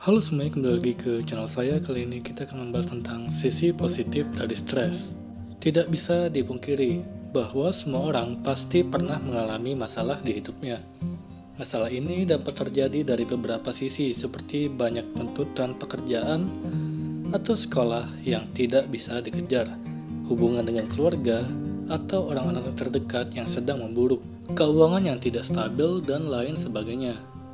Halo semuanya, kembali lagi ke channel saya. Kali ini kita akan membahas tentang sisi positif dari stres. Tidak bisa dipungkiri bahwa semua orang pasti pernah mengalami masalah di hidupnya. Masalah ini dapat terjadi dari beberapa sisi, seperti banyak tuntutan pekerjaan atau sekolah yang tidak bisa dikejar, hubungan dengan keluarga atau orang-orang terdekat yang sedang memburuk, keuangan yang tidak stabil, dan lain sebagainya.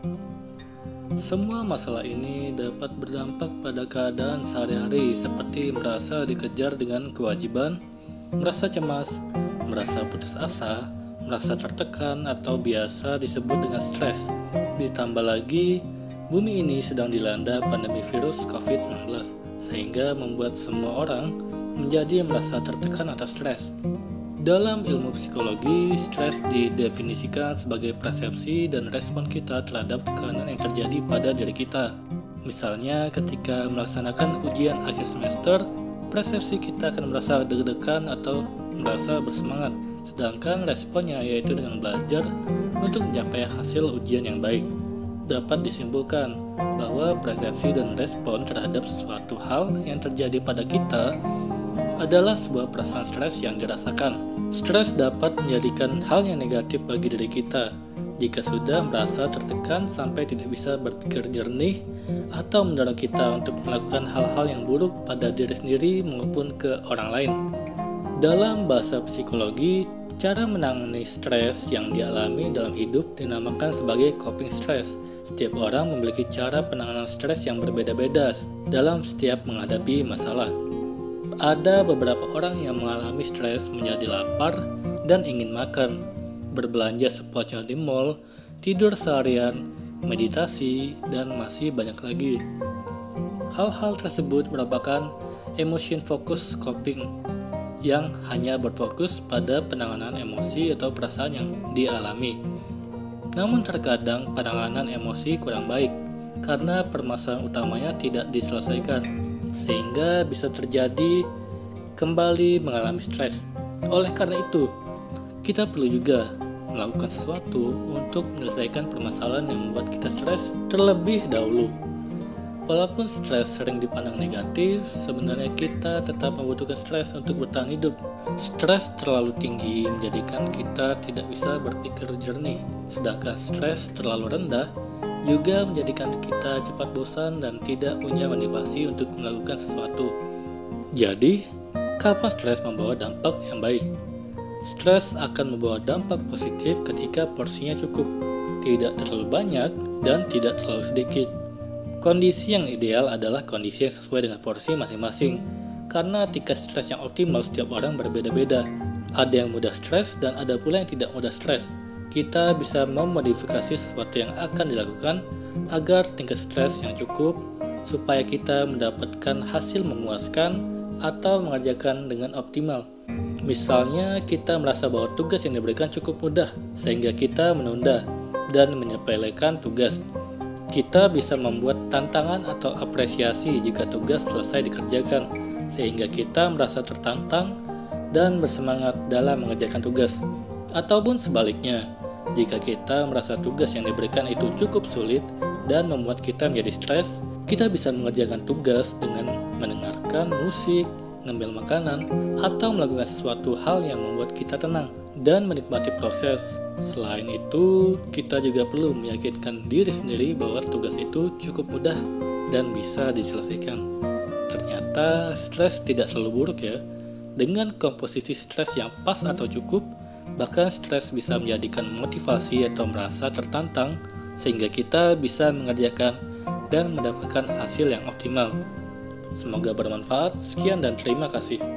Semua masalah ini dapat berdampak pada keadaan sehari-hari, seperti merasa dikejar dengan kewajiban, merasa cemas, merasa putus asa, merasa tertekan, atau biasa disebut dengan stres. Ditambah lagi, bumi ini sedang dilanda pandemi virus COVID-19, sehingga membuat semua orang menjadi merasa tertekan atau stres. Dalam ilmu psikologi, stres didefinisikan sebagai persepsi dan respon kita terhadap tekanan yang terjadi pada diri kita. Misalnya, ketika melaksanakan ujian akhir semester, persepsi kita akan merasa deg-degan atau merasa bersemangat, sedangkan responnya yaitu dengan belajar untuk mencapai hasil ujian yang baik. Dapat disimpulkan bahwa persepsi dan respon terhadap sesuatu hal yang terjadi pada kita adalah sebuah perasaan stres yang dirasakan. Stres dapat menjadikan hal yang negatif bagi diri kita jika sudah merasa tertekan sampai tidak bisa berpikir jernih, atau mendorong kita untuk melakukan hal-hal yang buruk pada diri sendiri maupun ke orang lain. Dalam bahasa psikologi, cara menangani stres yang dialami dalam hidup dinamakan sebagai coping stress. Setiap orang memiliki cara penanganan stres yang berbeda-beda dalam setiap menghadapi masalah. Ada beberapa orang yang mengalami stres menjadi lapar dan ingin makan, berbelanja sepuasnya di mall, tidur seharian, meditasi, dan masih banyak lagi. Hal-hal tersebut merupakan emotion focus coping yang hanya berfokus pada penanganan emosi atau perasaan yang dialami. Namun terkadang penanganan emosi kurang baik karena permasalahan utamanya tidak diselesaikan, sehingga bisa terjadi kembali mengalami stres. Oleh karena itu, kita perlu juga melakukan sesuatu untuk menyelesaikan permasalahan yang membuat kita stres terlebih dahulu. Walaupun stres sering dipandang negatif, sebenarnya kita tetap membutuhkan stres untuk bertahan hidup. Stres terlalu tinggi menjadikan kita tidak bisa berpikir jernih, sedangkan stres terlalu rendah juga menjadikan kita cepat bosan dan tidak punya motivasi untuk melakukan sesuatu. Jadi, kapan stres membawa dampak yang baik? Stres akan membawa dampak positif ketika porsinya cukup, tidak terlalu banyak dan tidak terlalu sedikit. Kondisi yang ideal adalah kondisi yang sesuai dengan porsi masing-masing, karena tingkat stres yang optimal setiap orang berbeda-beda. Ada yang mudah stres dan ada pula yang tidak mudah stres. Kita bisa memodifikasi sesuatu yang akan dilakukan agar tingkat stres yang cukup, supaya kita mendapatkan hasil memuaskan atau mengerjakan dengan optimal. Misalnya, kita merasa bahwa tugas yang diberikan cukup mudah, sehingga kita menunda dan menyepelekan tugas. Kita bisa membuat tantangan atau apresiasi jika tugas selesai dikerjakan, sehingga kita merasa tertantang dan bersemangat dalam mengerjakan tugas. Ataupun sebaliknya, jika kita merasa tugas yang diberikan itu cukup sulit dan membuat kita menjadi stres, kita bisa mengerjakan tugas dengan mendengarkan musik, ngemil makanan, atau melakukan sesuatu hal yang membuat kita tenang dan menikmati proses. Selain itu, kita juga perlu meyakinkan diri sendiri bahwa tugas itu cukup mudah dan bisa diselesaikan. Ternyata stres tidak selalu buruk ya. Dengan komposisi stres yang pas atau cukup, bahkan stres bisa menjadikan motivasi atau merasa tertantang, sehingga kita bisa mengerjakan dan mendapatkan hasil yang optimal. Semoga bermanfaat. Sekian dan terima kasih.